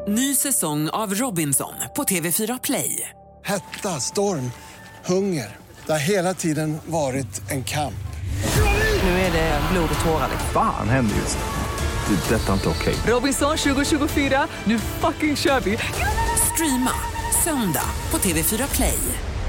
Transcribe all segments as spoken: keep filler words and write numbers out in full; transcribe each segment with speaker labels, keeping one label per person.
Speaker 1: Ny säsong av Robinson på T V fyra Play.
Speaker 2: Hetta, storm, hunger. Det har hela tiden varit en kamp.
Speaker 1: Nu är det blod och tårar.
Speaker 3: Fan händer just det. Det är detta inte okej.
Speaker 1: Robinson tjugo tjugofyra, nu fucking kör vi. Streama söndag på T V fyra Play.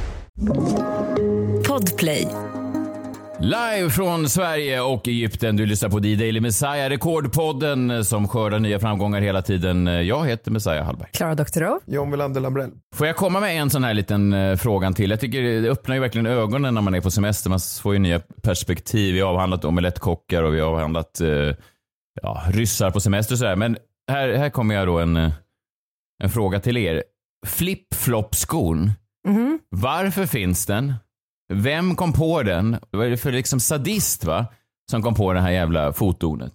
Speaker 1: Podplay.
Speaker 4: Live från Sverige och Egypten, du lyssnar på D-Daily Messiah, rekordpodden som skördar nya framgångar hela tiden. Jag heter Messiah Hallberg.
Speaker 5: Klara Doktorov.
Speaker 6: John Wilander Lambrell.
Speaker 4: Får jag komma med en sån här liten uh, frågan till? Jag tycker det öppnar ju verkligen ögonen när man är på semester. Man får ju nya perspektiv. Vi har avhandlat omeletkockar och vi har avhandlat uh, ja, ryssar på semester och sådär. Men här, här kommer jag då en, uh, en fråga till er. Flip-flop-skon. Mm-hmm. Varför finns den? Vem kom på den? Vad är det för liksom sadist, va? Som kom på det här jävla fotornet.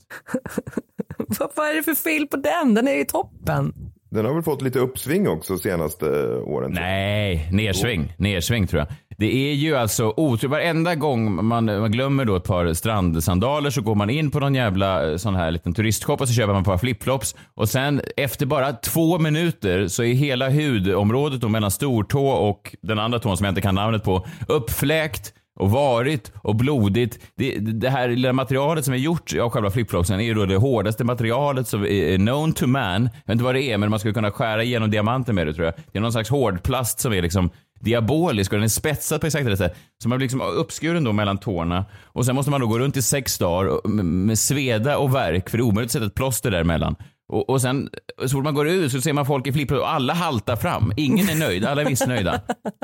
Speaker 5: Vad är det för fel på den? Den är ju toppen.
Speaker 6: Den har väl fått lite uppsving också senaste åren.
Speaker 4: Nej, nersving. Nersving tror jag. Det är ju alltså otroligt. Varenda gång man, man glömmer då ett par strandsandaler så går man in på någon jävla sån här liten turistshop och så köper man ett par flipflops. Och sen efter bara två minuter så är hela hudområdet då mellan stortå och den andra tån som jag inte kan namnet på uppfläkt och varit och blodigt. Det, det här lilla materialet som är gjort av själva flipflopsen är ju då det hårdaste materialet som är known to man. Jag vet inte vad det är, men man skulle kunna skära igenom diamanter med det, tror jag. Det är någon slags hårdplast som är liksom diabolisk och den är spetsad på exakt det sättet. Så man blir liksom uppskuren då mellan tårna. Och sen måste man då gå runt i sex dagar med sveda och värk, för det är omöjligt att sätta ett plåster däremellan. Och, och sen så fort man går ut så ser man folk i flipflop och alla haltar fram. Ingen är nöjd, alla är missnöjda.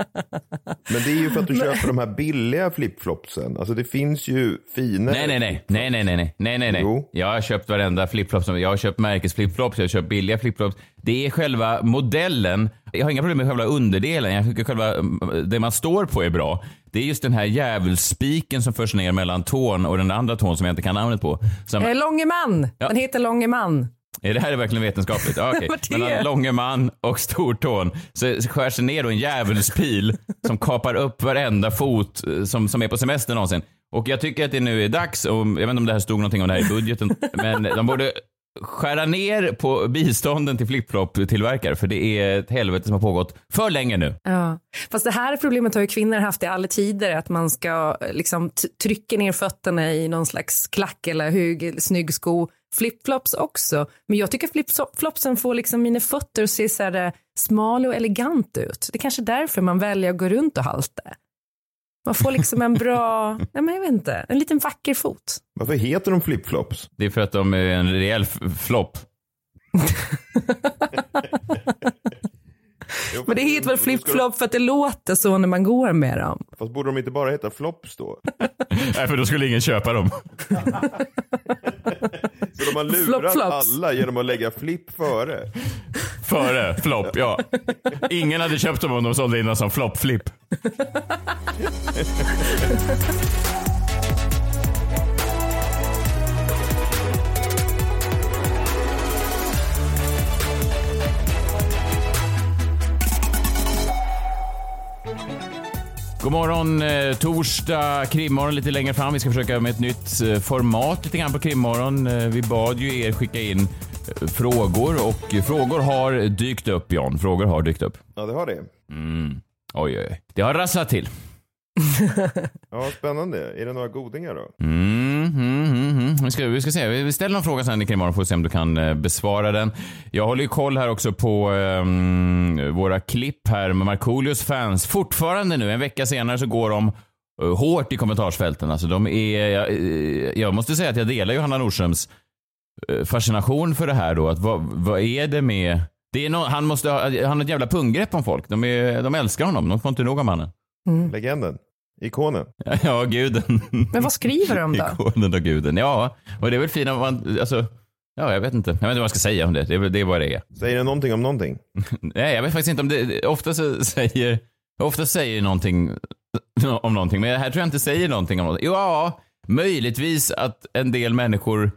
Speaker 6: Men det är ju för att du köper de här billiga flipflopsen. Alltså det finns ju fina.
Speaker 4: Nej nej nej. Nej nej nej nej. Nej nej nej.
Speaker 6: Jo.
Speaker 4: Jag har köpt varenda flipflop som jag har köpt märkesflipflops, jag har köpt billiga flipflops. Det är själva modellen. Jag har inga problem med själva underdelen. Jag tycker själva det man står på är bra. Det är just den här jävelspiken som förs ner mellan tån och den andra tån som jag inte kan namnet på. Som...
Speaker 5: Eh, Långeman. Ja. Den heter Långeman.
Speaker 4: Är det här verkligen vetenskapligt? Ja, okej. Mellan Långeman och stortån så skär sig ner då en jävelspil som kapar upp varenda fot som, som är på semester någonsin. Och jag tycker att det nu är dags, och jag vet inte om det här stod någonting om det här i budgeten, men de borde skära ner på bistånden till flipflop-tillverkare, för det är ett helvete som har pågått för länge nu.
Speaker 5: Ja, fast det här problemet har ju kvinnor haft i alla tider, att man ska liksom t- trycka ner fötterna i någon slags klack eller hög, snygg sko. Flipflops också, men jag tycker flipflopsen får liksom mina fötter att se så här smal och elegant ut. Det är kanske därför man väljer att gå runt och halta. Man får liksom en bra, nej men jag vet inte, en liten vacker fot.
Speaker 6: Varför heter de flipflops?
Speaker 4: Det är för att de är en rejäl f- flopp.
Speaker 5: Jo, men det heter väl flipflop för att det låter så när man går med dem.
Speaker 6: Fast borde de inte bara heta flops då?
Speaker 4: Nej, för då skulle ingen köpa dem.
Speaker 6: Så de har lurat alla genom att lägga flipp före.
Speaker 4: Före, flopp, ja. Ingen hade köpt dem om de sålde innan som flopp-flipp. God morgon, eh, torsdag, krimmorgon lite längre fram. Vi ska försöka med ett nytt eh, format lite grann på krimmorgon. Eh, vi bad ju er skicka in eh, frågor och frågor har dykt upp, Jan. Frågor har dykt upp.
Speaker 6: Ja, det har det.
Speaker 4: Mm. Oj, oj, det har rasslat till.
Speaker 6: Ja, spännande. Är det några godingar då?
Speaker 4: Mm, mm, mm, mm. Vi, ska, vi ska se. Vi ställer någon fråga sen i krimmorgon för att se om du kan eh, besvara den. Jag håller ju koll här också på eh, våra klipp här med Markoolios fans. Fortfarande nu, en vecka senare så går de uh, hårt i kommentarsfälten. Alltså de är, jag, jag måste säga att jag delar Johanna Nordströms uh, fascination för det här då. Att vad, vad är det med... Det är no, han måste ha, han har ett jävla punggrepp om folk. De, är, de älskar honom, de får inte nog om mannen.
Speaker 5: Mm.
Speaker 6: Legenden. Ikonen.
Speaker 4: Ja, guden.
Speaker 5: Men vad skriver de då?
Speaker 4: Ikonen och guden. Ja, och det är väl fint om man, alltså, ja, jag vet inte. Jag vet inte vad jag ska säga om det. Det är, det är vad det är.
Speaker 6: Säger det någonting om någonting?
Speaker 4: Nej, jag vet faktiskt inte om det. Ofta så säger, ofta säger någonting om någonting. Men här tror jag inte säger någonting om någonting. Ja, möjligtvis att en del människor...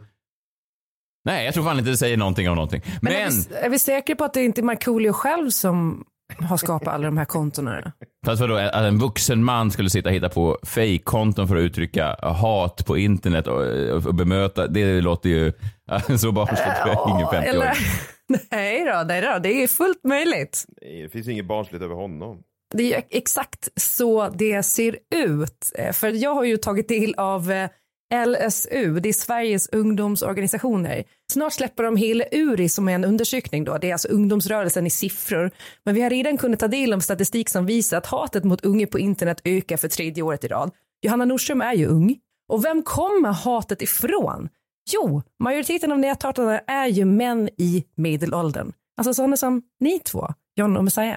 Speaker 4: Nej, jag tror fan inte det säger någonting om någonting. Men,
Speaker 5: Men är, vi, är vi säkra på att det inte är Markoolio själv som har skapat alla de här kontona.
Speaker 4: Fast vadå, att en vuxen man skulle sitta och hitta på fake-konton för att uttrycka hat på internet och, och bemöta, det låter ju så barnsligt för ingen femtio-åring.
Speaker 5: Nej då, nej då, det är fullt möjligt.
Speaker 6: Nej, det finns inget barnsligt över honom.
Speaker 5: Det är exakt så det ser ut. För jag har ju tagit del av L S U, det är Sveriges ungdomsorganisationer. Snart släpper de hela U R I som är en undersökning då. Det är alltså ungdomsrörelsen i siffror. Men vi har redan kunnat ta del av statistik som visar att hatet mot unga på internet ökar för tredje året i rad. Johanna Nordström är ju ung. Och vem kommer hatet ifrån? Jo, majoriteten av näthatarna är ju män i medelåldern. Alltså sådana som ni två, John och Messiah.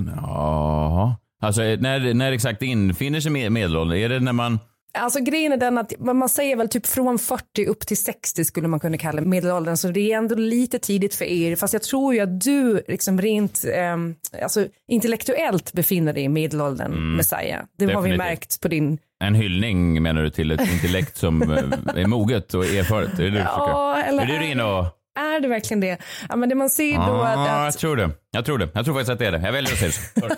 Speaker 4: Ja, alltså när, när exakt infinner sig med medelåldern? Är det när man...
Speaker 5: Alltså grejen är den att man säger väl typ från fyrtio upp till sextio skulle man kunna kalla medelåldern. Så det är ändå lite tidigt för er. Fast jag tror ju att du liksom rent eh, alltså intellektuellt befinner dig i medelåldern, mm, Messiah. Det definitivt. Har vi märkt på din... En
Speaker 4: hyllning menar du till ett intellekt som är moget och erfaret? Är det det du
Speaker 5: ja, eller
Speaker 4: är det, är, och...
Speaker 5: är det verkligen det? Ja, men det man ser då
Speaker 4: ah,
Speaker 5: att... att...
Speaker 4: Jag tror det. Jag tror det. Jag tror faktiskt att det är det. Jag väljer att säga så.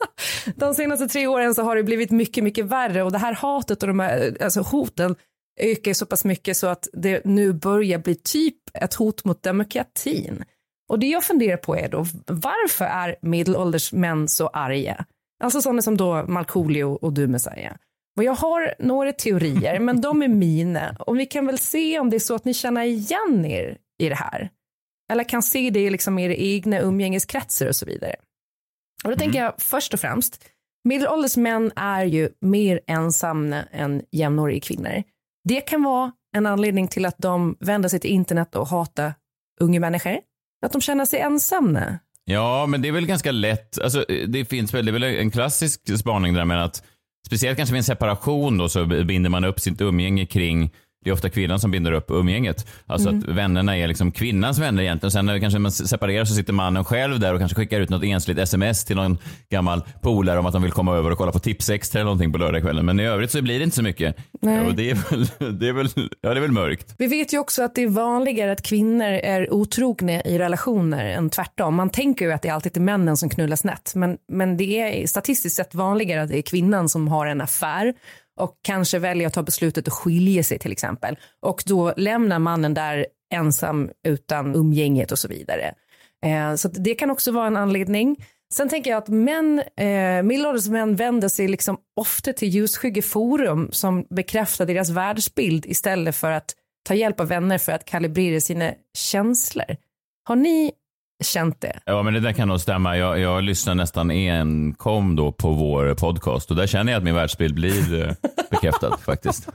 Speaker 5: De senaste tre åren så har det blivit mycket, mycket värre och det här hatet och de här alltså hoten ökar så pass mycket så att det nu börjar bli typ ett hot mot demokratin. Och det jag funderar på är då, varför är medelålders män så arga? Alltså sådana som då Markoolio och du, Messiah. Och jag har några teorier, men de är mina. Och vi kan väl se om det är så att ni känner igen er i det här. Eller kan se det liksom i era egna umgängeskretsar och så vidare. Och då mm. tänker jag först och främst, medelålders män är ju mer ensamma än jämnåriga kvinnor. Det kan vara en anledning till att de vänder sig till internet och hatar unga människor. Att de känner sig ensamma.
Speaker 4: Ja, men det är väl ganska lätt. Alltså, det finns väl, det är väl en klassisk spaning där med att speciellt kanske vid en separation då så binder man upp sitt umgänge kring, det är ofta kvinnan som binder upp umgänget. Alltså mm. att vännerna är liksom kvinnans vänner egentligen. Sen när kanske man separerar så sitter mannen själv där och kanske skickar ut något ensligt sms till någon gammal polare om att de vill komma över och kolla på Tipsextra eller någonting på lördagskvällen. Men i övrigt så blir det inte så mycket. Nej. Och det är väl, det är väl, ja, det är väl mörkt.
Speaker 5: Vi vet ju också att det är vanligare att kvinnor är otrogna i relationer än tvärtom. Man tänker ju att det är alltid är männen som knullas snett. Men, men det är statistiskt sett vanligare att det är kvinnan som har en affär och kanske väljer att ta beslutet att skilja sig till exempel. Och då lämnar mannen där ensam utan umgänget och så vidare. Eh, så det kan också vara en anledning. Sen tänker jag att män, eh, medelålders män vänder sig liksom ofta till ljusskyggeforum som bekräftar deras världsbild istället för att ta hjälp av vänner för att kalibrera sina känslor. Har ni känt det?
Speaker 4: Ja, men det där kan nog stämma. Jag, jag lyssnar nästan enkom då på vår podcast och där känner jag att min världsbild blir bekräftad faktiskt.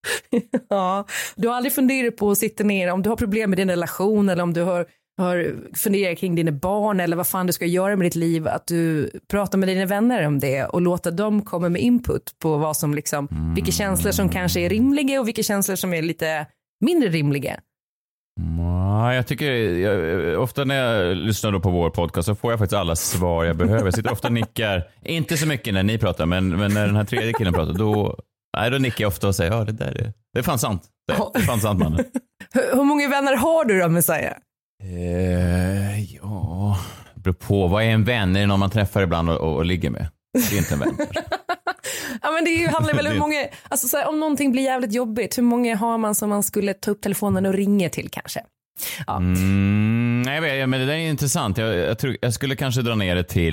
Speaker 5: Ja, du har aldrig funderat på att sitta ner om du har problem med din relation eller om du har, har funderat kring dina barn eller vad fan du ska göra med ditt liv, att du pratar med dina vänner om det och låter dem komma med input på vad som liksom, mm. vilka känslor som kanske är rimliga och vilka känslor som är lite mindre rimliga.
Speaker 4: Ja, jag tycker jag, ofta när jag lyssnar då på vår podcast så får jag faktiskt alla svar jag behöver. Jag sitter ofta och nickar, inte så mycket när ni pratar, men, men när den här tredje killen pratar då, nej, då nickar jag ofta och säger ja, det där är, det är fan sant. Det, det är fan sant, mannen.
Speaker 5: hur, hur många vänner har du då, Messiah?
Speaker 4: Eh, ja, det beror på. Vad är en vän? Är det någon man träffar ibland och, och, och ligger med? Det är inte en vän.
Speaker 5: Ja, men det är ju, handlar väl om hur många, alltså så här, om någonting blir jävligt jobbigt, hur många har man som man skulle ta upp telefonen och ringa till kanske? Ja.
Speaker 4: Mm, nej, jag vet, men det där är intressant. Jag, jag, tror, jag skulle kanske dra ner det till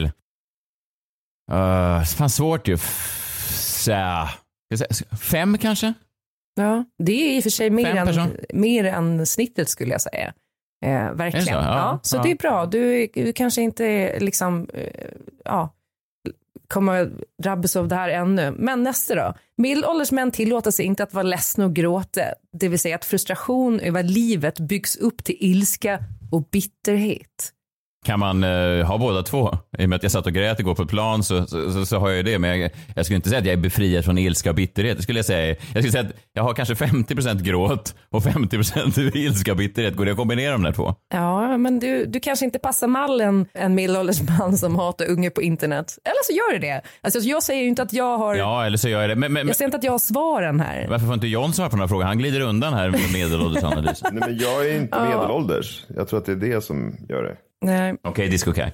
Speaker 4: uh, fan svårt ju. Så, fem kanske?
Speaker 5: Ja, det är i och för sig mer, än, mer än snittet skulle jag säga. Eh, verkligen. Så, ja, ja, så ja. Det är bra. Du, du kanske inte liksom eh, ja, kommer drabbas av det här ännu. Men nästa då. Medelålders män tillåter sig inte att vara ledsna och gråta. Det vill säga att frustration över livet byggs upp till ilska och bitterhet.
Speaker 4: Kan man uh, ha båda två? I och med att jag satt och grät igår på plan så, så, så, så har jag ju det. Men jag, jag skulle inte säga att jag är befriad från ilska och bitterhet. Det skulle jag säga. Jag skulle säga att jag har kanske femtio procent gråt och femtio procent ilska och bitterhet. Går det att kombinera de där två?
Speaker 5: Ja, men du, du kanske inte passar mallen en medelålders man som hatar unga på internet. Eller så gör det det. Alltså, jag säger ju inte att jag har...
Speaker 4: Ja, eller så gör jag det. Men, men,
Speaker 5: jag säger inte att jag har svaren här.
Speaker 4: Varför får inte John svara på den här frågan? Han glider undan här med medelåldersanalysen.
Speaker 6: Nej, men jag är inte medelålders. Jag tror att det är det som gör det.
Speaker 5: Nej.
Speaker 4: Okej, okay, disco okay.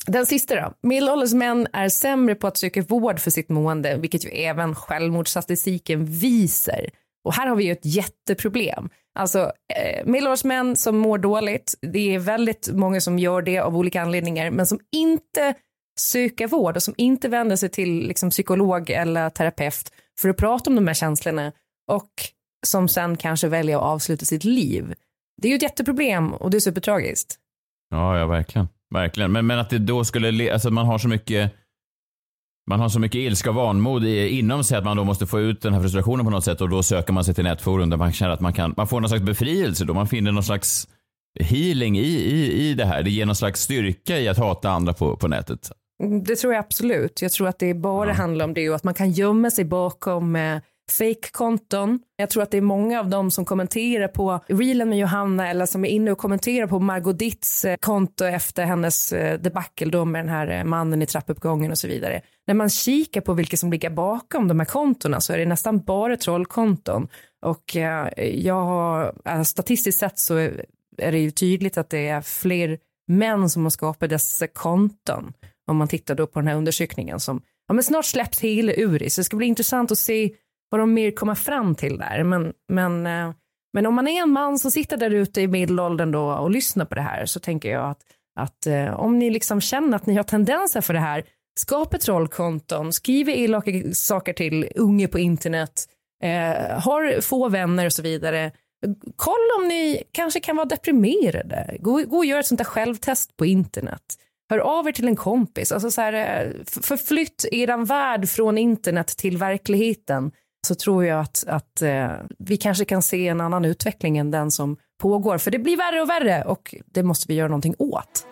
Speaker 5: Den sista då. Medelålders män är sämre på att söka vård för sitt mående, vilket ju även självmordsstatistiken visar. Och här har vi ju ett jätteproblem. Alltså eh, medelålders män som mår dåligt, det är väldigt många som gör det av olika anledningar, men som inte söker vård och som inte vänder sig till liksom, psykolog eller terapeut för att prata om de här känslorna och som sen kanske väljer att avsluta sitt liv. Det är ju ett jätteproblem och det är supertragiskt.
Speaker 4: Ja, ja, verkligen. Verkligen. Men, men att det då skulle, alltså man har så mycket man har så mycket ilska och vanmod inom sig att man då måste få ut den här frustrationen på något sätt och då söker man sig till nätforum där man känner att man kan, man får någon slags befrielse då, man finner någon slags healing i, i, i det här. Det ger någon slags styrka i att hata andra på, på nätet.
Speaker 5: Det tror jag absolut. Jag tror att det bara ja. handlar om det och att man kan gömma sig bakom eh, fake-konton. Jag tror att det är många av dem som kommenterar på reelen med Johanna eller som är inne och kommenterar på Margot Ditts eh, konto efter hennes eh, debacle då med den här eh, mannen i trappuppgången och så vidare. När man kikar på vilka som ligger bakom de här kontorna så är det nästan bara trollkonton. Och eh, jag har, alltså, statistiskt sett så är det ju tydligt att det är fler män som har skapat dessa konton. Om man tittar då på den här undersökningen som ja, men snart släpps hela ur i. Så det ska bli intressant att se vad de mer kommer fram till där. Men, men, eh, men om man är en man som sitter där ute i medelåldern då och lyssnar på det här så tänker jag att, att eh, om ni liksom känner att ni har tendenser för det här, skapa trollkonton, skriv elaka saker till unga på internet, eh, har få vänner och så vidare. Kolla om ni kanske kan vara deprimerade. Gå, gå och gör ett sånt där självtest på internet. Hör av er till en kompis. Alltså så här, förflytt eran värld från internet till verkligheten. Så tror jag att, att eh, vi kanske kan se en annan utveckling än den som pågår. För det blir värre och värre och det måste vi göra någonting åt.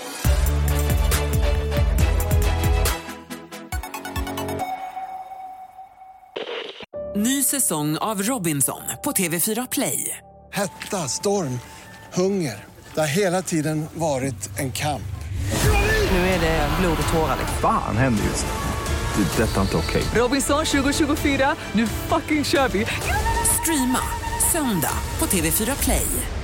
Speaker 1: Ny säsong av Robinson på T V fyra Play.
Speaker 2: Hetta, storm, hunger. Det har hela tiden varit en kamp.
Speaker 1: Nu är det blod och tårar.
Speaker 3: Fan händer just det. Det är detta inte okej.
Speaker 1: Robinson tjugo tjugofyra, nu fucking kör vi. Streama söndag på T V fyra Play.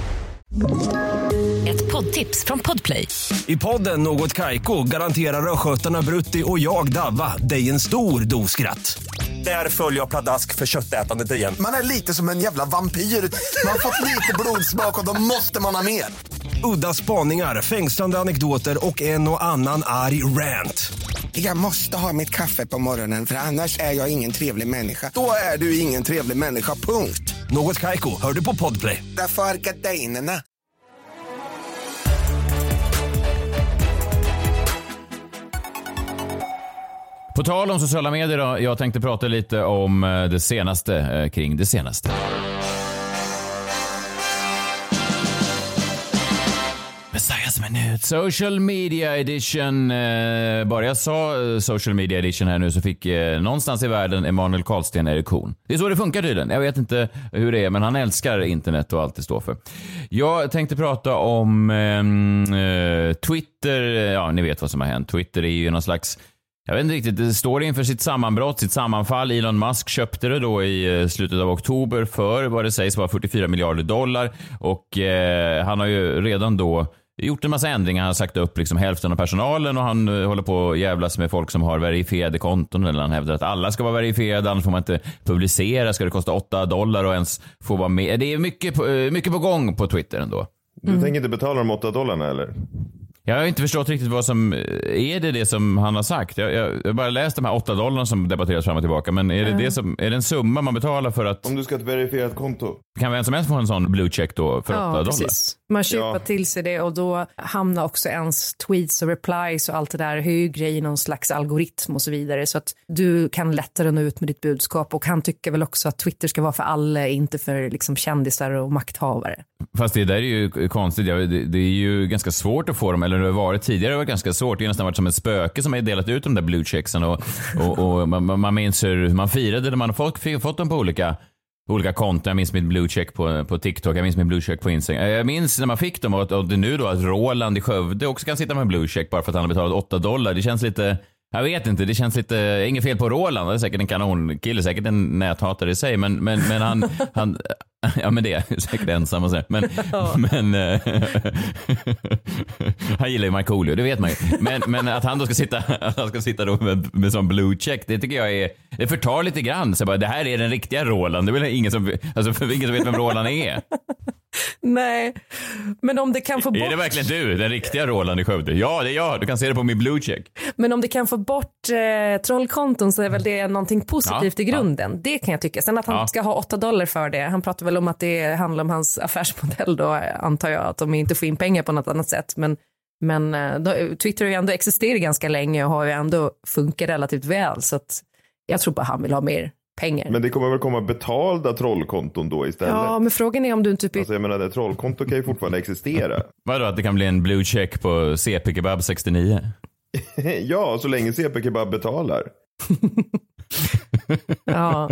Speaker 7: Ett poddtips från Podplay.
Speaker 8: I podden Något Kaiko garanterar röskötarna Brutti och jag Davva dig en stor doskratt. Där följer jag pladask för köttätandet igen.
Speaker 9: Man är lite som en jävla vampyr. Man har fått lite blodsmak och då måste man ha mer.
Speaker 8: Udda spaningar, fängslande anekdoter och en och annan arg rant.
Speaker 9: Jag måste ha mitt kaffe på morgonen för annars är jag ingen trevlig människa. Då är du ingen trevlig människa, punkt.
Speaker 8: Något Kaiko, hör du på Podplay.
Speaker 9: Därför är gardinerna.
Speaker 4: På tal om sociala medier då, jag tänkte prata lite om det senaste, eh, kring det senaste. Messiahs minut. Social media edition. Eh, bara jag sa eh, social media edition här nu så fick eh, någonstans i världen Emanuel Karlsten erektion. Det är så det funkar tydligen. Jag vet inte hur det är, men han älskar internet och allt det står för. Jag tänkte prata om eh, Twitter. Ja, ni vet vad som har hänt. Twitter är ju någon slags... Jag vet inte riktigt, det står inför sitt sammanbrott, sitt sammanfall. Elon Musk köpte det då i slutet av oktober för vad det sägs var fyrtiofyra miljarder dollar. Och eh, han har ju redan då gjort en massa ändringar. Han har sagt upp liksom hälften av personalen och han uh, håller på att jävlas med folk som har verifierade konton. Eller han hävdar att alla ska vara verifierade, annars får man inte publicera. Ska det kosta åtta dollar och ens få vara med. Det är mycket på, mycket på gång på Twitter ändå.
Speaker 6: Du mm. tänker inte betala de åtta dollarna eller?
Speaker 4: Jag har inte förstått riktigt vad som är det det som han har sagt. Jag, jag, jag bara läst de här åtta dollarna som debatteras fram och tillbaka. Men är det, mm. det som, är det en summa man betalar för att...
Speaker 6: Om du ska ha ett verifierat konto.
Speaker 4: Kan vem som helst få en sån blue check då för
Speaker 5: ja,
Speaker 4: åtta
Speaker 5: precis.
Speaker 4: dollar?
Speaker 5: Man köper
Speaker 6: Ja.
Speaker 5: till sig det och då hamnar också ens tweets och replies och allt det där högre i någon slags algoritm och så vidare. Så att du kan lättare nå ut med ditt budskap. Och han tycker väl också att Twitter ska vara för alla, inte för liksom kändisar och makthavare. Fast
Speaker 4: det där är ju konstigt. Det, det är ju ganska svårt att få dem. Eller det har varit tidigare det var ganska svårt. Det har nästan varit som ett spöke som har delat ut de där blue checksen. Och, och, och man, man minns hur man firade när man har fått, fått dem på olika... olika konton. Jag minns mitt blue check på, på TikTok. Jag minns min blue check på Instagram. Jag minns när man fick dem och, och det nu då att Roland i Skövde också kan sitta med en blue check bara för att han har betalat åtta dollar. Det känns lite... Jag vet inte, det känns lite, inget fel på Roland, det är säkert en kanonkille, säkert en näthatare i sig, men, men, men han, han, ja men det är säkert ensam och så, men, ja. men äh, han gillar ju Markoolio, det vet man ju, men, men att han då ska sitta, att han ska sitta då med, med sån blue check, det tycker jag är, det förtar lite grann, så bara, det här är den riktiga Roland, det är väl ingen som, alltså ingen som vet vem Roland är.
Speaker 5: Nej, men om det kan få bort...
Speaker 4: Är det verkligen du, den riktiga Roland i Skövde? Ja, det är jag. Du kan se det på min blue check.
Speaker 5: Men om det kan få bort eh, trollkonton så är väl det någonting positivt ja, i grunden. Ja. Det kan jag tycka. Sen att han ja. ska ha åtta dollar för det. Han pratar väl om att det handlar om hans affärsmodell då, antar jag. Att de inte får in pengar på något annat sätt. Men, men då, Twitter har ju ändå existerat ganska länge och har ju ändå funkat relativt väl. Så att jag tror bara han vill ha mer pengar.
Speaker 6: Men det kommer väl komma betalda trollkonton då istället?
Speaker 5: Ja, men frågan är om du inte...
Speaker 6: Alltså jag menar, det trollkonto kan ju fortfarande existera.
Speaker 4: Vadå, att det kan bli en blue check på C P Kebab sextionio?
Speaker 6: Ja, så länge C P Kebab betalar.
Speaker 5: Ja.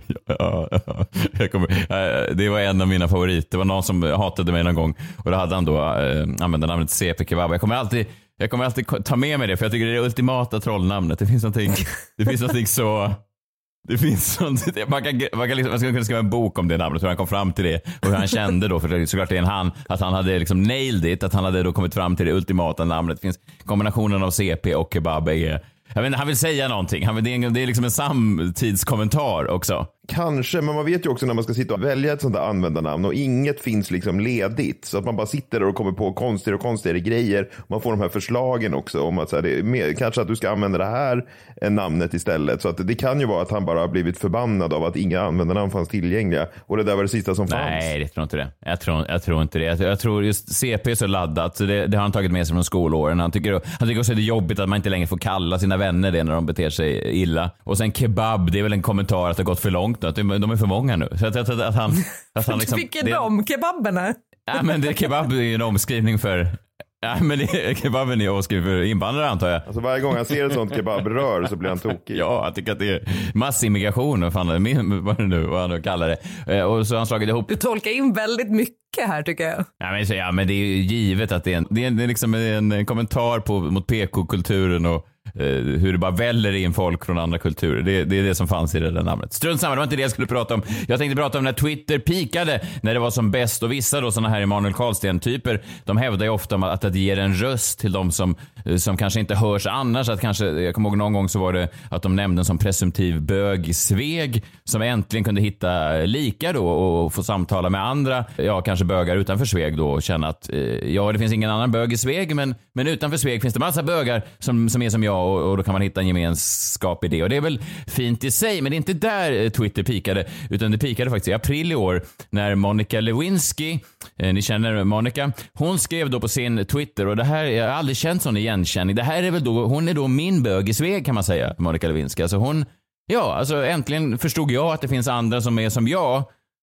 Speaker 4: ja, ja. Jag kommer, det var en av mina favoriter. Det var någon som hatade mig någon gång och då hade han då äh, använde namnet C P Kebab. Jag kommer alltid jag kommer alltid ta med mig det, för jag tycker det är det ultimata trollnamnet. Det finns någonting, det finns någonting så... Det finns sånt, man kan, man kan liksom, man skulle kunna skriva en bok om det namnet, hur han kom fram till det och hur han kände då, för det är såklart det är en han, att han hade liksom nailed it, att han hade då kommit fram till det ultimata namnet. Det finns kombinationen av C P och kebab är, jag vet inte, han vill säga någonting, han vill, det, är, det är liksom en samtidskommentar också.
Speaker 6: Kanske, men man vet ju också när man ska sitta och välja ett sånt där användarnamn och inget finns liksom ledigt, så att man bara sitter där och kommer på konstigare och konstigare grejer. Man får de här förslagen också om att så här, det är mer, kanske att du ska använda det här än namnet istället. Så att det kan ju vara att han bara har blivit förbannad av att inga användarnamn fanns tillgängliga och det där var det sista som fanns.
Speaker 4: Nej, jag tror inte det. Jag tror, jag tror inte det. Jag, jag tror just C P är så laddat, så det, det har han tagit med sig från skolåren. Han tycker, han tycker också att det är jobbigt att man inte längre får kalla sina vänner det när de beter sig illa. Och sen kebab, det är väl en kommentar att det har gått för långt. Att de är för många nu. Så att, att, att han, att han liksom,
Speaker 5: vilken de? Kebaberna?
Speaker 4: Ja, men det, kebab är ju en omskrivning för... Ja, men det, kebaben är omskrivning för invandrare, antar jag.
Speaker 6: Alltså varje gång han ser ett sånt kebabrör så blir han tokig.
Speaker 4: Ja, jag tycker att det är massimmigration, vad fan vad det nu, vad han nu kallar det. Och så har han slagit ihop...
Speaker 5: Du tolkar in väldigt mycket här, tycker jag.
Speaker 4: Ja, men, så, ja, men det är ju givet att det är en, det är, det är liksom en, en kommentar på, mot P K-kulturen och Uh, hur det bara väller in folk från andra kulturer. Det, det är det som fanns i det där namnet. Strunt samma, det var inte det jag skulle prata om. Jag tänkte prata om när Twitter pikade, när det var som bäst. Och vissa då, såna här Emanuel Karlsten-typer, de hävdar ju ofta att det ger en röst till de som, som kanske inte hörs annars. Att kanske, jag kommer ihåg någon gång så var det att de nämnde en som presumtiv bög Sveg, som äntligen kunde hitta lika då och få samtala med andra, ja kanske bögar utanför Sveg då, och känna att uh, ja, det finns ingen annan bög i Sveg, men, men utanför Sveg finns det massa bögar som, som är som jag. Och, och då kan man hitta en gemenskap i det. Och det är väl fint i sig, men det är inte där Twitter pikade, utan det pikade faktiskt i april i år när Monica Lewinsky, eh, ni känner Monica, hon skrev då på sin Twitter, och det här, jag har aldrig känt sån igenkänning. Det här är väl då, hon är då min bög i Sveg, kan man säga, Monica Lewinsky. Alltså hon, ja, alltså äntligen förstod jag att det finns andra som är som jag.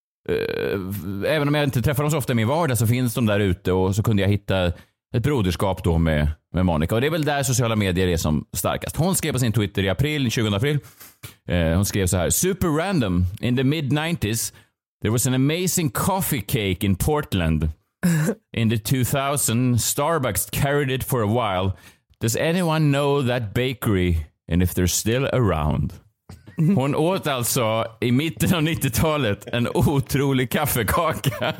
Speaker 4: Eh, även om jag inte träffar dem så ofta i min vardag, så finns de där ute, och så kunde jag hitta ett broderskap då med, med Monica. Och det är väl där sociala medier är som starkast. Hon skrev på sin Twitter i april, tjugonde april. Eh, hon skrev så här: Super random. In the mid nineties there was an amazing coffee cake in Portland. In the two thousand Starbucks carried it for a while. Does anyone know that bakery and if they're still around? Hon åt alltså i mitten av nittiotalet en otrolig kaffekaka.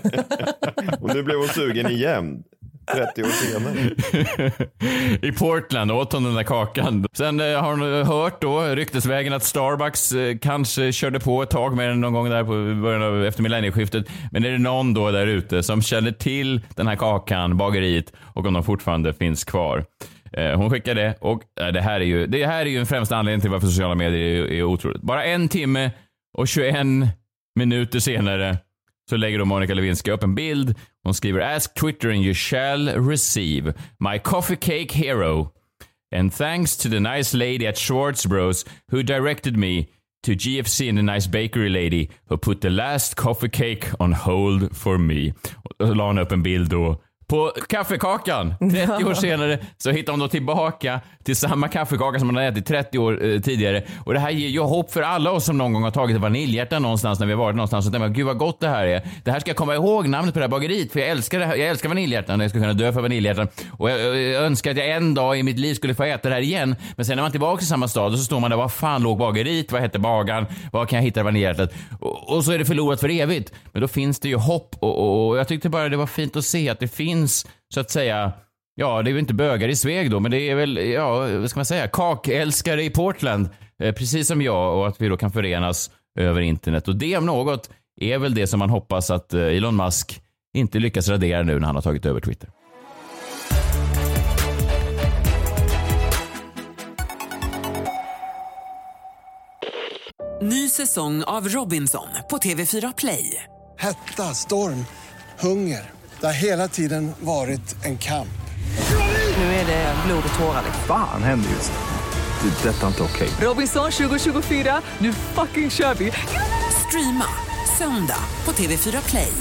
Speaker 6: Och nu blev hon sugen igen. trettio år senare.
Speaker 4: I Portland åt hon den där kakan. Sen eh, har hon hört då ryktesvägen att Starbucks eh, kanske körde på ett tag med den någon gång där på början av efter millennieskiftet. Men är det någon då där ute som känner till den här kakan, bageriet, och om de fortfarande finns kvar? Eh, hon skickade det, och eh, det här är ju det här är ju en främsta anledning till varför sociala medier är, är otroligt. Bara en timme och tjugoen minuter senare så lägger då Monica Lewinsky upp en bild. Hon skriver: Ask Twitter and you shall receive my coffee cake hero. And thanks to the nice lady at Schwartz Bros who directed me to G F C and the nice bakery lady who put the last coffee cake on hold for me. Och så la hon upp en bild då på kaffekakan. trettio år senare så hittar hon då tillbaka till samma kaffekaka som hon hade ätit trettio år eh, tidigare. Och det här ger ju hopp för alla oss som någon gång har tagit vaniljhjärta någonstans när vi har varit någonstans. Och tänker, gud vad gott det här är. Det här ska jag komma ihåg namnet på det här bageriet. För jag älskar det här. Jag älskar vaniljhjärtan och jag ska kunna dö för vaniljhjärtan. Och jag, jag önskar att jag en dag i mitt liv skulle få äta det här igen. Men sen när man är tillbaka i samma stad och så står man där, vad fan låg bageriet? Vad hette bagaren? Var kan jag hitta vaniljhjärtat? Och, och så är det förlorat för evigt. Men då finns det ju hopp. Och, och, och jag tyckte bara det var fint att se att det finns, så att säga, ja, det är ju inte bögar i Sveg då, men det är väl, ja, vad ska man säga, kakälskare i Portland, eh, precis som jag, och att vi då kan förenas över internet. Och det om något är väl det som man hoppas att eh, Elon Musk inte lyckas radera nu när han har tagit över Twitter.
Speaker 1: Ny säsong av Robinson på T V fyra Play.
Speaker 2: Hetta, storm, hunger. Det har hela tiden varit en kamp.
Speaker 1: Nu är det blod och tårar.
Speaker 3: Fan händer just det. Det är detta inte okej.
Speaker 1: Robinson tjugo tjugofyra, nu fucking kör vi. Streama söndag på T V fyra Play.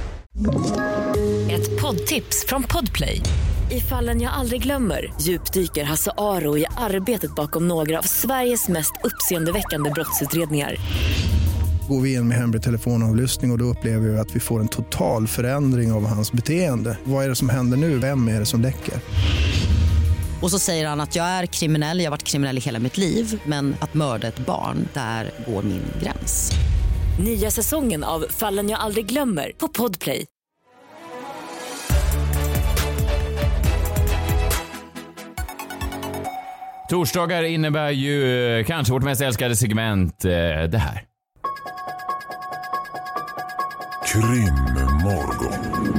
Speaker 7: Ett poddtips från Podplay. I Fallen jag aldrig glömmer djupdyker Hasse Aro i arbetet bakom några av Sveriges mest uppseendeväckande brottsutredningar.
Speaker 10: Går vi in med hemlig telefonavlyssning och, och då upplever vi att vi får en total förändring av hans beteende. Vad är det som händer nu? Vem är det som läcker?
Speaker 11: Och så säger han att jag är kriminell, jag har varit kriminell i hela mitt liv. Men att mörda ett barn, där går min gräns.
Speaker 7: Nya säsongen av Fallen jag aldrig glömmer på Podplay.
Speaker 4: Torsdagar innebär ju kanske vårt mest älskade segment, eh, det här.
Speaker 12: Krimmorgon.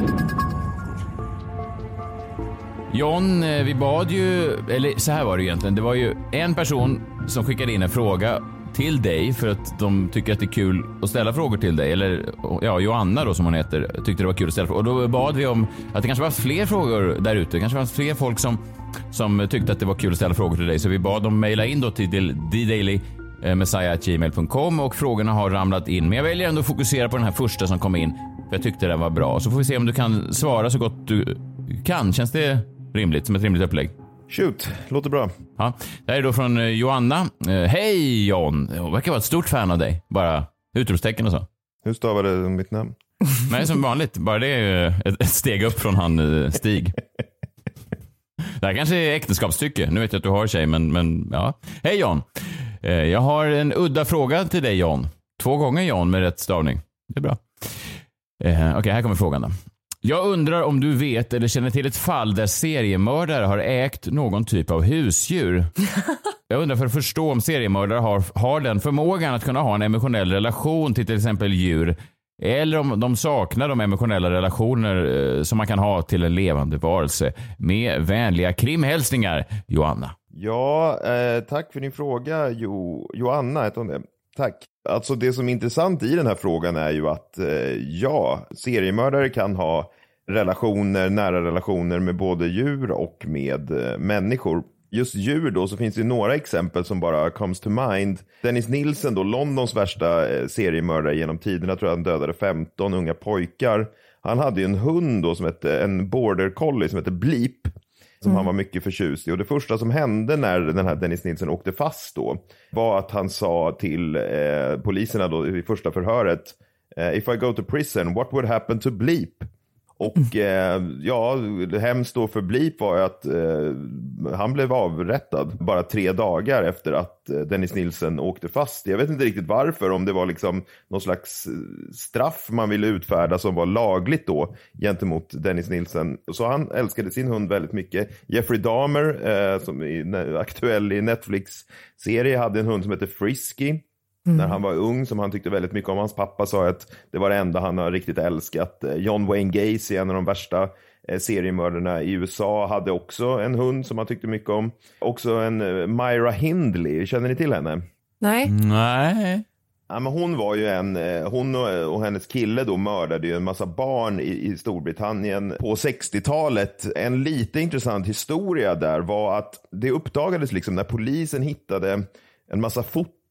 Speaker 4: John, eh, vi bad ju, eller så här var det egentligen. Det var ju en person som skickade in en fråga till dig för att de tycker att det är kul att ställa frågor till dig. Eller ja, Joanna då som hon heter, tyckte det var kul att ställa frågor. Och då bad vi om att det kanske var fler frågor där ute. Det kanske var fler folk som, som tyckte att det var kul att ställa frågor till dig. Så vi bad dem mejla in då till the daily messiah at gmail dot com och frågorna har ramlat in. Men jag väljer ändå att fokusera på den här första som kom in. För jag tyckte den var bra. Så får vi se om du kan svara så gott du kan. Känns det rimligt, som ett rimligt upplägg?
Speaker 6: Shoot, låter bra.
Speaker 4: Ja, det här är då från Joanna. Eh, Hej John, jag verkar vara ett stort fan av dig. Bara utropstecken och så.
Speaker 6: Hur stavar det mitt namn?
Speaker 4: Nej, som vanligt. Bara det är ett, ett steg upp från han Stig. Det här kanske är äktenskapstycke. Nu vet jag att du har tjej, men, men ja. Hej John. Eh, jag har en udda fråga till dig John. Två gånger John med rätt stavning. Det är bra. Eh, Okej, okay, här kommer frågan då. Jag undrar om du vet eller känner till ett fall där seriemördare har ägt någon typ av husdjur. Jag undrar för att förstå om seriemördare har, har den förmågan att kunna ha en emotionell relation till till exempel djur. Eller om de saknar de emotionella relationer eh, som man kan ha till en levande varelse. Med vänliga krimhälsningar, Joanna.
Speaker 6: Ja, eh, tack för din fråga, jo, Joanna heter hon det. Tack. Alltså det som är intressant i den här frågan är ju att eh, ja, seriemördare kan ha relationer, nära relationer med både djur och med eh, människor. Just djur då så finns det några exempel som bara comes to mind. Dennis Nilsen då, Londons värsta eh, seriemördare genom tiderna, tror jag han dödade femton unga pojkar. Han hade ju en hund då som hette, en border collie som hette Bleep. Som mm. han var mycket förtjust i. Och det första som hände när den här Dennis Nilsen åkte fast då var att han sa till eh, poliserna då i första förhöret eh, If I go to prison, what would happen to Bleep? Och eh, ja, det hemskt då för Bleep var att eh, han blev avrättad bara tre dagar efter att eh, Dennis Nilsen åkte fast. Jag vet inte riktigt varför, om det var liksom någon slags straff man ville utfärda som var lagligt då gentemot Dennis Nilsen. Så han älskade sin hund väldigt mycket. Jeffrey Dahmer, eh, som är aktuell i Netflix-serie, hade en hund som heter Frisky. Mm. När han var ung, som han tyckte väldigt mycket om. Hans pappa sa att det var det enda han har riktigt älskat. John Wayne Gacy, en av de värsta seriemördarna i U S A, hade också en hund som han tyckte mycket om. Också en Myra Hindley, känner ni till henne?
Speaker 5: Nej.
Speaker 4: Nej.
Speaker 6: Ja, men hon var ju en, hon och, och hennes kille då mördade ju en massa barn i, i Storbritannien på sextiotalet. En lite intressant historia där var att det uppdagades liksom när polisen hittade en massa foton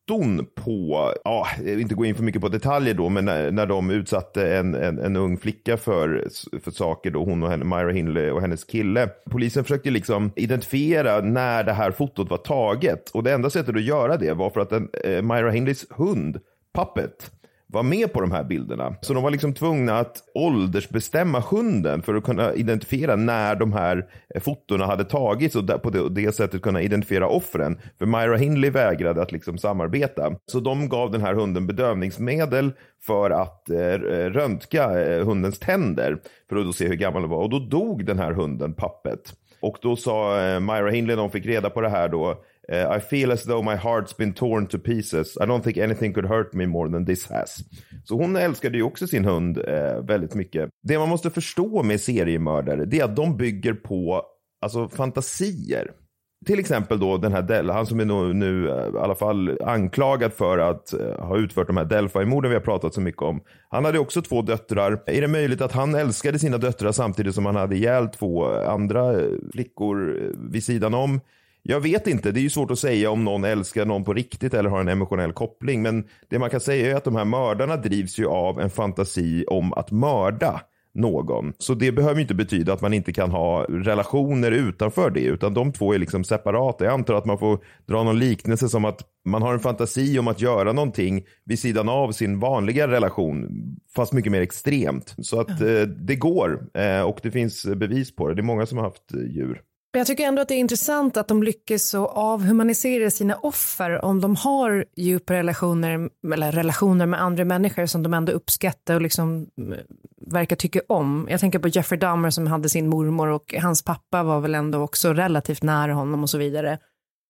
Speaker 6: foton på, ja, jag vill inte gå in för mycket på detaljer då, men när, när de utsatte en, en, en ung flicka för, för saker då, hon och henne, Myra Hindley och hennes kille. Polisen försökte liksom identifiera när det här fotot var taget, och det enda sättet att göra det var för att en, eh, Myra Hindleys hund, Puppet, var med på de här bilderna. Så de var liksom tvungna att åldersbestämma hunden för att kunna identifiera när de här fotorna hade tagits, och på det, det sättet kunna identifiera offren. För Myra Hindley vägrade att liksom samarbeta. Så de gav den här hunden bedövningsmedel för att eh, röntga eh, hundens tänder för att då se hur gammal den var. Och då dog den här hunden, Puppet. Och då sa eh, Myra Hindley, de fick reda på det här då, Uh, I feel as though my heart's been torn to pieces. I don't think anything could hurt me more than this has. Så hon älskade ju också sin hund uh, väldigt mycket. Det man måste förstå med seriemördare, det är att de bygger på alltså fantasier. Till exempel då den här Del, han som är nu, nu i alla fall anklagad för att uh, ha utfört de här Delphi-morden vi har pratat så mycket om. Han hade också två döttrar. Är det möjligt att han älskade sina döttrar samtidigt som han hade ihjäl två andra flickor vid sidan om? Jag vet inte, det är ju svårt att säga om någon älskar någon på riktigt eller har en emotionell koppling. Men det man kan säga är att de här mördarna drivs ju av en fantasi om att mörda någon. Så det behöver ju inte betyda att man inte kan ha relationer utanför det, utan de två är liksom separata. Jag antar att man får dra någon liknelse som att man har en fantasi om att göra någonting vid sidan av sin vanliga relation, fast mycket mer extremt. Så att eh, det går eh, och det finns bevis på det. Det är många som har haft eh, djur.
Speaker 5: Jag tycker ändå att det är intressant att de lyckas så avhumanisera sina offer om de har djupa relationer eller relationer med andra människor som de ändå uppskattar och liksom verkar tycka om. Jag tänker på Jeffrey Dahmer som hade sin mormor, och hans pappa var väl ändå också relativt nära honom och så vidare.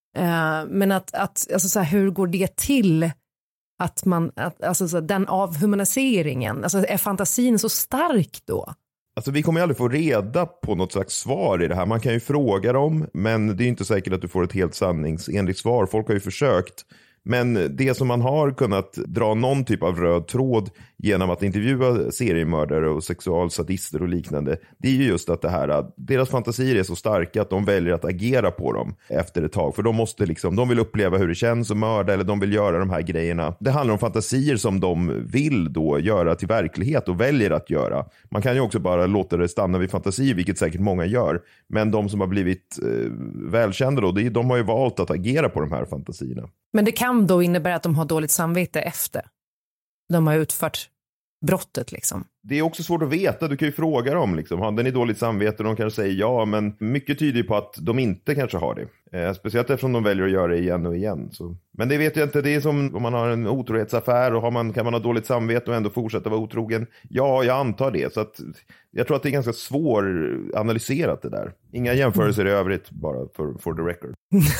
Speaker 5: Men att, att alltså så här, hur går det till att man, att, alltså så här, den avhumaniseringen, alltså är fantasin så stark då?
Speaker 6: Alltså vi kommer aldrig få reda på något slags svar i det här. Man kan ju fråga dem, men det är inte säkert att du får ett helt sanningsenligt svar. Folk har ju försökt. Men det som man har kunnat dra någon typ av röd tråd genom att intervjua seriemördare och sexualsadister och liknande, det är ju just att det här, att deras fantasier är så starka att de väljer att agera på dem efter ett tag. För de måste liksom, de vill uppleva hur det känns att mörda, eller de vill göra de här grejerna. Det handlar om fantasier som de vill då göra till verklighet och väljer att göra. Man kan ju också bara låta det stanna vid fantasier, vilket säkert många gör. Men de som har blivit eh, välkända då, de har ju valt att agera på de här fantasierna.
Speaker 5: Men det kan då innebära att de har dåligt samvete efter de har utfört brottet liksom.
Speaker 6: Det är också svårt att veta, du kan ju fråga dem liksom, hade ni dåligt samvete? De kanske säger ja, men mycket tyder på att de inte kanske har det. Eh, speciellt eftersom de väljer att göra det igen och igen. Så. Men det vet jag inte, det är som om man har en otrohetsaffär och har man, kan man ha dåligt samvete och ändå fortsätta vara otrogen. Ja, jag antar det. Så att, jag tror att det är ganska svår analyserat det där. Inga jämförelser i övrigt, bara för, for the record.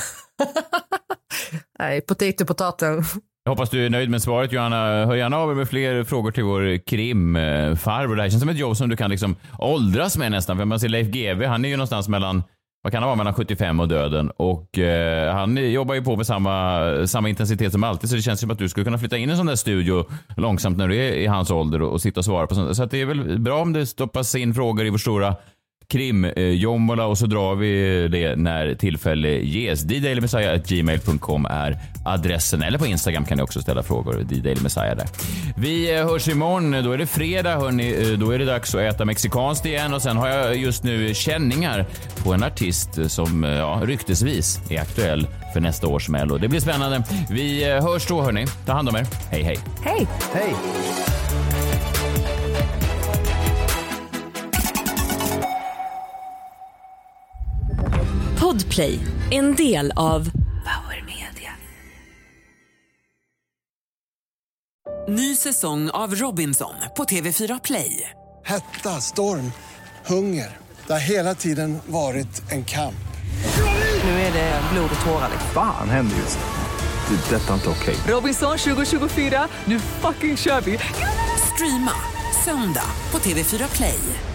Speaker 5: Nej, potato, potato.
Speaker 4: Jag hoppas du är nöjd med svaret, Johanna. Hör gärna av er med fler frågor till vår krimfarbror. Det här känns som ett jobb som du kan liksom åldras med nästan. För man ser Leif G W, han är ju någonstans mellan, vad kan han vara, mellan sjuttiofem och döden. Och eh, han jobbar ju på med samma, samma intensitet som alltid. Så det känns som att du skulle kunna flytta in i en sån där studio långsamt när du är i hans ålder och, och sitta och svara på sånt. Så att det är väl bra om det stoppas in frågor i vår stora krimjombola, och så drar vi det när tillfälle ges. d daily messiah at gmail dot com är adressen, eller på Instagram kan ni också ställa frågor, d daily messiah där. Vi hörs imorgon, då är det fredag hörni, då är det dags att äta mexikanskt igen, och sen har jag just nu känningar på en artist som ja, ryktesvis är aktuell för nästa års Mello. Det blir spännande. Vi hörs då hörni, ta hand om er. Hej hej.
Speaker 5: Hej.
Speaker 6: Hej.
Speaker 7: Podplay, en del av Power Media.
Speaker 1: Ny säsong av Robinson på T V fyra Play.
Speaker 2: Hetta, storm, hunger. Det har hela tiden varit en kamp.
Speaker 1: Nu är det blod och tårar.
Speaker 3: Fan händer just det. Det är detta inte okej.
Speaker 1: Robinson tjugo tjugofyra, nu fucking kör vi. Streama söndag på T V fyra Play.